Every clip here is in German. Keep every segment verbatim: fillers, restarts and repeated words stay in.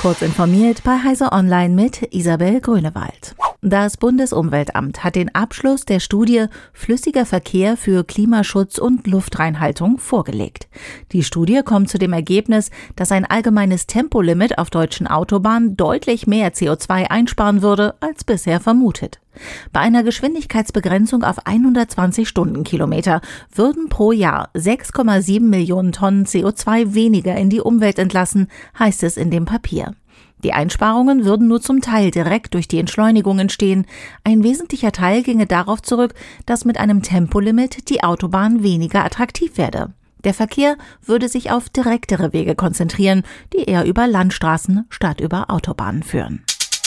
Kurz informiert bei Heise Online mit Isabel Grünewald. Das Bundesumweltamt hat den Abschluss der Studie Flüssiger Verkehr für Klimaschutz und Luftreinhaltung vorgelegt. Die Studie kommt zu dem Ergebnis, dass ein allgemeines Tempolimit auf deutschen Autobahnen deutlich mehr C O zwei einsparen würde, als bisher vermutet. Bei einer Geschwindigkeitsbegrenzung auf hundertzwanzig Stundenkilometer würden pro Jahr sechs Komma sieben Millionen Tonnen C O zwei weniger in die Umwelt entlassen, heißt es in dem Papier. Die Einsparungen würden nur zum Teil direkt durch die Entschleunigung entstehen. Ein wesentlicher Teil ginge darauf zurück, dass mit einem Tempolimit die Autobahn weniger attraktiv werde. Der Verkehr würde sich auf direktere Wege konzentrieren, die eher über Landstraßen statt über Autobahnen führen.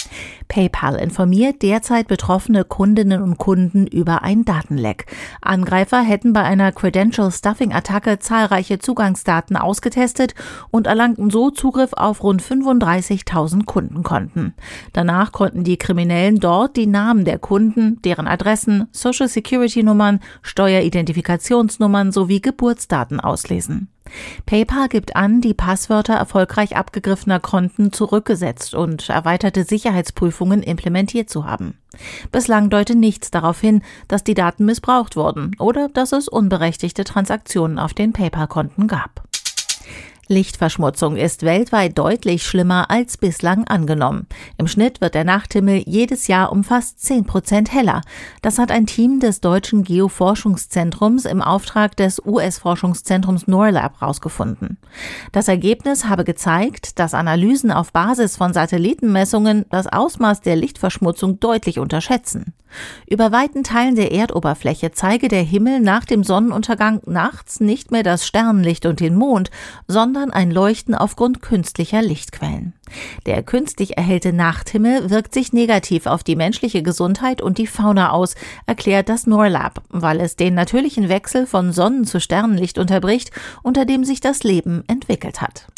PayPal informiert derzeit betroffene Kundinnen und Kunden über ein Datenleck. Angreifer hätten bei einer Credential-Stuffing-Attacke zahlreiche Zugangsdaten ausgetestet und erlangten so Zugriff auf rund fünfunddreißigtausend Kundenkonten. Danach konnten die Kriminellen dort die Namen der Kunden, deren Adressen, Social-Security-Nummern, Steueridentifikationsnummern sowie Geburtsdaten auslesen. PayPal gibt an, die Passwörter erfolgreich abgegriffener Konten zurückgesetzt und erweiterte Sicherheitsprüfungen implementiert zu haben. Bislang deute nichts darauf hin, dass die Daten missbraucht wurden oder dass es unberechtigte Transaktionen auf den PayPal-Konten gab. Lichtverschmutzung ist weltweit deutlich schlimmer als bislang angenommen. Im Schnitt wird der Nachthimmel jedes Jahr um fast zehn Prozent heller. Das hat ein Team des Deutschen Geoforschungszentrums im Auftrag des U S-Forschungszentrums NORLAB herausgefunden. Das Ergebnis habe gezeigt, dass Analysen auf Basis von Satellitenmessungen das Ausmaß der Lichtverschmutzung deutlich unterschätzen. Über weiten Teilen der Erdoberfläche zeige der Himmel nach dem Sonnenuntergang nachts nicht mehr das Sternenlicht und den Mond, sondern ein Leuchten aufgrund künstlicher Lichtquellen. Der künstlich erhellte Nachthimmel wirkt sich negativ auf die menschliche Gesundheit und die Fauna aus, erklärt das NORLAB, weil es den natürlichen Wechsel von Sonnen- zu Sternenlicht unterbricht, unter dem sich das Leben entwickelt hat.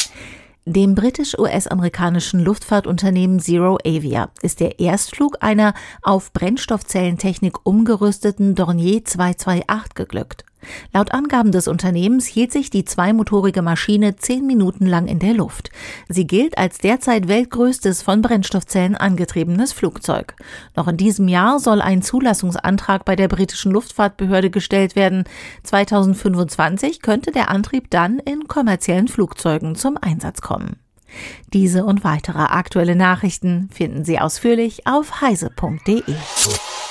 Dem britisch-U S-amerikanischen Luftfahrtunternehmen Zero Avia ist der Erstflug einer auf Brennstoffzellentechnik umgerüsteten Dornier zweihundertachtundzwanzig geglückt. Laut Angaben des Unternehmens hielt sich die zweimotorige Maschine zehn Minuten lang in der Luft. Sie gilt als derzeit weltgrößtes von Brennstoffzellen angetriebenes Flugzeug. Noch in diesem Jahr soll ein Zulassungsantrag bei der britischen Luftfahrtbehörde gestellt werden. zweitausendfünfundzwanzig könnte der Antrieb dann in kommerziellen Flugzeugen zum Einsatz kommen. Diese und weitere aktuelle Nachrichten finden Sie ausführlich auf heise punkt de.